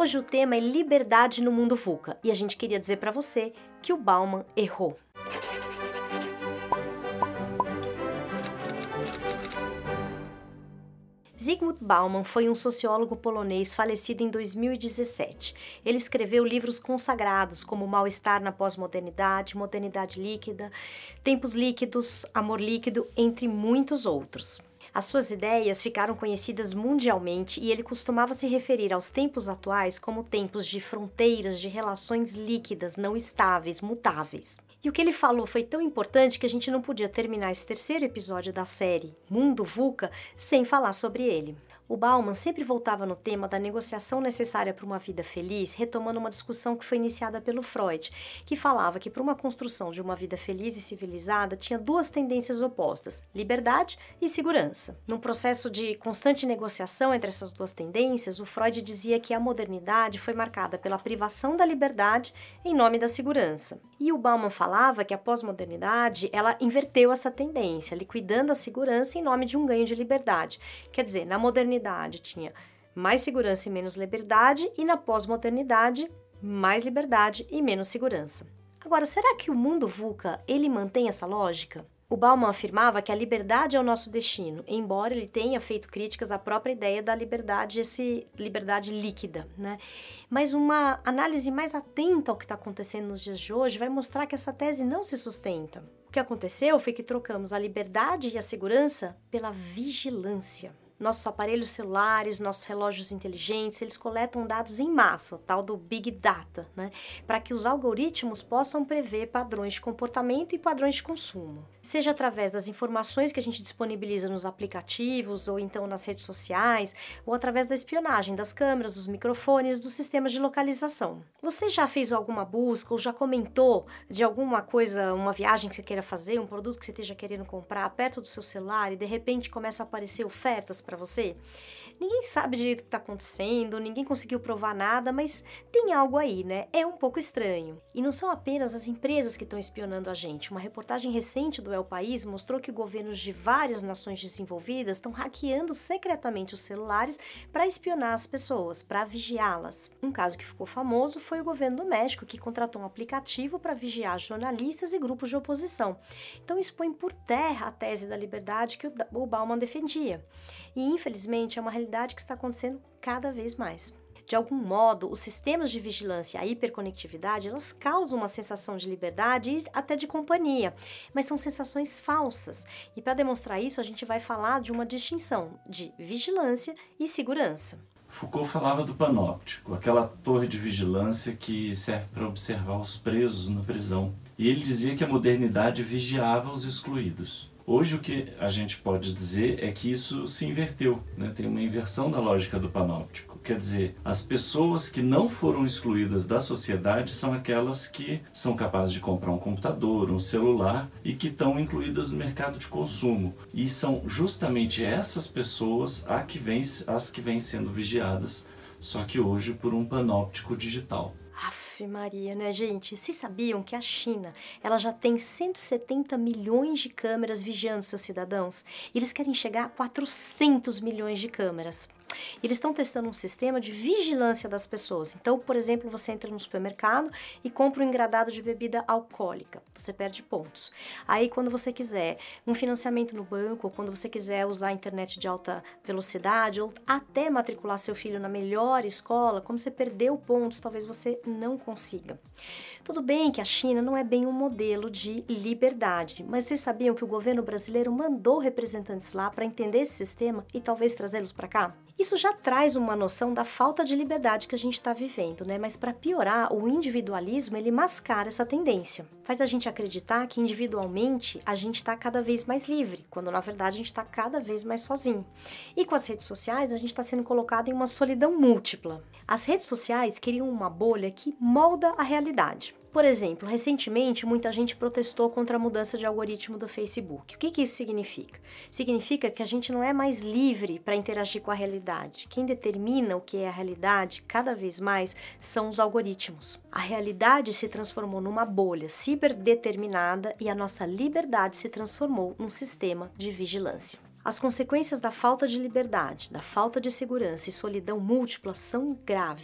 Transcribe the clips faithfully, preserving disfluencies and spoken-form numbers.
Hoje o tema é liberdade no mundo VUCA e a gente queria dizer para você que o Bauman errou. Zygmunt Bauman foi um sociólogo polonês falecido em dois mil e dezessete. Ele escreveu livros consagrados como Mal-estar na pós-modernidade, Modernidade líquida, Tempos líquidos, Amor líquido, entre muitos outros. As suas ideias ficaram conhecidas mundialmente e ele costumava se referir aos tempos atuais como tempos de fronteiras de relações líquidas, não estáveis, mutáveis. E o que ele falou foi tão importante que a gente não podia terminar esse terceiro episódio da série Mundo VUCA sem falar sobre ele. O Bauman sempre voltava no tema da negociação necessária para uma vida feliz, retomando uma discussão que foi iniciada pelo Freud, que falava que para uma construção de uma vida feliz e civilizada tinha duas tendências opostas, liberdade e segurança. Num processo de constante negociação entre essas duas tendências, o Freud dizia que a modernidade foi marcada pela privação da liberdade em nome da segurança. E o Bauman falava que a pós-modernidade, ela inverteu essa tendência, liquidando a segurança em nome de um ganho de liberdade. Quer dizer, na modernidade tinha mais segurança e menos liberdade, e na pós-modernidade, mais liberdade e menos segurança. Agora, será que o mundo VUCA, ele mantém essa lógica? O Bauman afirmava que a liberdade é o nosso destino, embora ele tenha feito críticas à própria ideia da liberdade, esse liberdade líquida, né? Mas uma análise mais atenta ao que está acontecendo nos dias de hoje vai mostrar que essa tese não se sustenta. O que aconteceu foi que trocamos a liberdade e a segurança pela vigilância. Nossos aparelhos celulares, nossos relógios inteligentes, eles coletam dados em massa, o tal do Big Data, né? Para que os algoritmos possam prever padrões de comportamento e padrões de consumo. Seja através das informações que a gente disponibiliza nos aplicativos ou então nas redes sociais, ou através da espionagem das câmeras, dos microfones, dos sistemas de localização. Você já fez alguma busca ou já comentou de alguma coisa, uma viagem que você queira fazer, um produto que você esteja querendo comprar perto do seu celular e de repente começa a aparecer ofertas para você? Ninguém sabe direito o que está acontecendo, ninguém conseguiu provar nada, mas tem algo aí, né? É um pouco estranho. E não são apenas as empresas que estão espionando a gente. Uma reportagem recente do El País mostrou que governos de várias nações desenvolvidas estão hackeando secretamente os celulares para espionar as pessoas, para vigiá-las. Um caso que ficou famoso foi o governo do México, que contratou um aplicativo para vigiar jornalistas e grupos de oposição. Então isso põe por terra a tese da liberdade que o Bauman defendia. E infelizmente é uma realidade que está acontecendo cada vez mais. De algum modo, os sistemas de vigilância e a hiperconectividade, elas causam uma sensação de liberdade e até de companhia, mas são sensações falsas. E para demonstrar isso, a gente vai falar de uma distinção de vigilância e segurança. Foucault falava do panóptico, aquela torre de vigilância que serve para observar os presos na prisão. E ele dizia que a modernidade vigiava os excluídos. Hoje o que a gente pode dizer é que isso se inverteu, né? Tem uma inversão da lógica do panóptico. Quer dizer, as pessoas que não foram excluídas da sociedade são aquelas que são capazes de comprar um computador, um celular e que estão incluídas no mercado de consumo. E são justamente essas pessoas a que vem, as que vêm sendo vigiadas, só que hoje por um panóptico digital. Aff, Maria, né, gente? Vocês sabiam que a China, ela já tem cento e setenta milhões de câmeras vigiando seus cidadãos? E eles querem chegar a quatrocentos milhões de câmeras. Eles estão testando um sistema de vigilância das pessoas. Então, por exemplo, você entra no supermercado e compra um engradado de bebida alcoólica. Você perde pontos. Aí, quando você quiser um financiamento no banco, ou quando você quiser usar a internet de alta velocidade, ou até matricular seu filho na melhor escola, como você perdeu pontos, talvez você não consiga. Tudo bem que a China não é bem um modelo de liberdade, mas vocês sabiam que o governo brasileiro mandou representantes lá para entender esse sistema e talvez trazê-los para cá? Isso já traz uma noção da falta de liberdade que a gente está vivendo, né? Mas para piorar, o individualismo, ele mascara essa tendência. Faz a gente acreditar que individualmente a gente está cada vez mais livre, quando na verdade a gente está cada vez mais sozinho. E com as redes sociais, a gente está sendo colocado em uma solidão múltipla. As redes sociais criam uma bolha que molda a realidade. Por exemplo, recentemente muita gente protestou contra a mudança de algoritmo do Facebook. O que que isso significa? Significa que a gente não é mais livre para interagir com a realidade. Quem determina o que é a realidade, cada vez mais, são os algoritmos. A realidade se transformou numa bolha ciberdeterminada e a nossa liberdade se transformou num sistema de vigilância. As consequências da falta de liberdade, da falta de segurança e solidão múltipla são graves.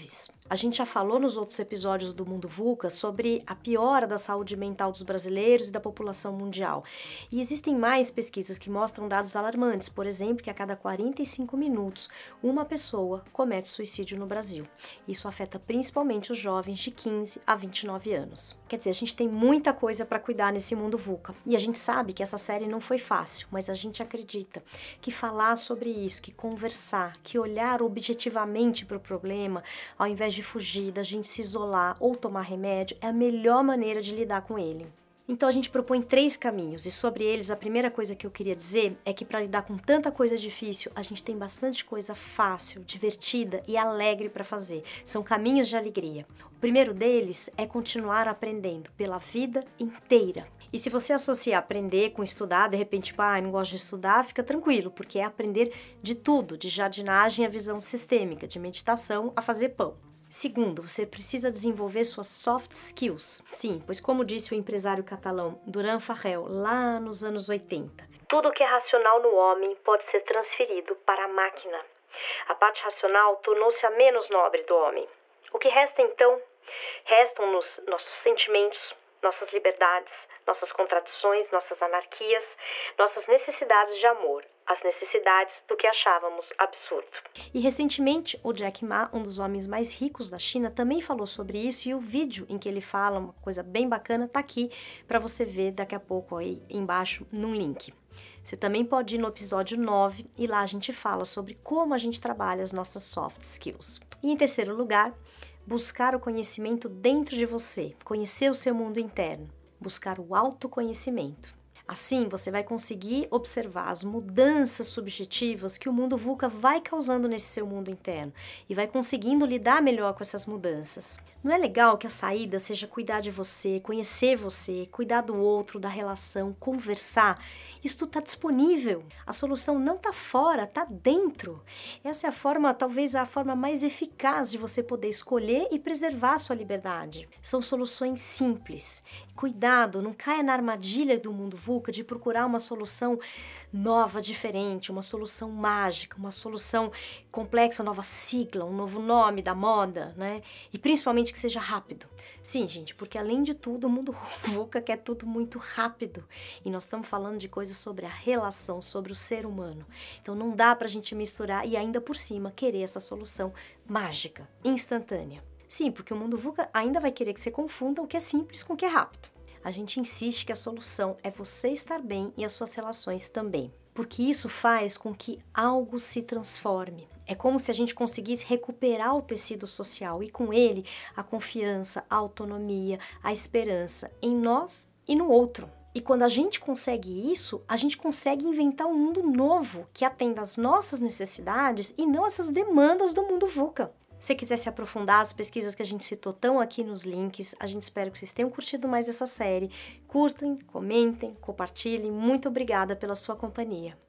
A gente já falou nos outros episódios do Mundo VUCA sobre a piora da saúde mental dos brasileiros e da população mundial. E existem mais pesquisas que mostram dados alarmantes, por exemplo, que a cada quarenta e cinco minutos uma pessoa comete suicídio no Brasil. Isso afeta principalmente os jovens de quinze a vinte e nove anos. Quer dizer, a gente tem muita coisa para cuidar nesse Mundo VUCA. E a gente sabe que essa série não foi fácil, mas a gente acredita que falar sobre isso, que conversar, que olhar objetivamente para o problema, ao invés de de fugir, da gente se isolar ou tomar remédio, é a melhor maneira de lidar com ele. Então a gente propõe três caminhos e sobre eles a primeira coisa que eu queria dizer é que para lidar com tanta coisa difícil, a gente tem bastante coisa fácil, divertida e alegre para fazer. São caminhos de alegria. O primeiro deles é continuar aprendendo pela vida inteira. E se você associar aprender com estudar, de repente, pai, não gosto de estudar, fica tranquilo, porque é aprender de tudo, de jardinagem a visão sistêmica, de meditação a fazer pão. Segundo, você precisa desenvolver suas soft skills. Sim, pois como disse o empresário catalão Duran Farrell lá nos anos oitenta, tudo que é racional no homem pode ser transferido para a máquina. A parte racional tornou-se a menos nobre do homem. O que resta então? Restam-nos nossos sentimentos, nossas liberdades, nossas contradições, nossas anarquias, nossas necessidades de amor, as necessidades do que achávamos absurdo. E recentemente, o Jack Ma, um dos homens mais ricos da China, também falou sobre isso e o vídeo em que ele fala uma coisa bem bacana tá aqui para você ver daqui a pouco aí embaixo num link. Você também pode ir no episódio nove e lá a gente fala sobre como a gente trabalha as nossas soft skills. E em terceiro lugar, buscar o conhecimento dentro de você, conhecer o seu mundo interno, buscar o autoconhecimento. Assim, você vai conseguir observar as mudanças subjetivas que o mundo VUCA vai causando nesse seu mundo interno e vai conseguindo lidar melhor com essas mudanças. Não é legal que a saída seja cuidar de você, conhecer você, cuidar do outro, da relação, conversar? Isso está disponível. A solução não está fora, está dentro. Essa é a forma, talvez a forma mais eficaz de você poder escolher e preservar a sua liberdade. São soluções simples. Cuidado, não caia na armadilha do mundo VUCA de procurar uma solução nova, diferente, uma solução mágica, uma solução complexa, nova sigla, um novo nome da moda, né? E principalmente que seja rápido. Sim, gente, porque além de tudo, o mundo VUCA quer tudo muito rápido. E nós estamos falando de coisas sobre a relação, sobre o ser humano. Então não dá pra gente misturar e ainda por cima querer essa solução mágica, instantânea. Sim, porque o mundo VUCA ainda vai querer que você confunda o que é simples com o que é rápido. A gente insiste que a solução é você estar bem e as suas relações também. Porque isso faz com que algo se transforme. É como se a gente conseguisse recuperar o tecido social e com ele a confiança, a autonomia, a esperança em nós e no outro. E quando a gente consegue isso, a gente consegue inventar um mundo novo que atenda às nossas necessidades e não essas demandas do mundo VUCA. Se quiser se aprofundar, as pesquisas que a gente citou estão aqui nos links. A gente espera que vocês tenham curtido mais essa série. Curtem, comentem, compartilhem. Muito obrigada pela sua companhia.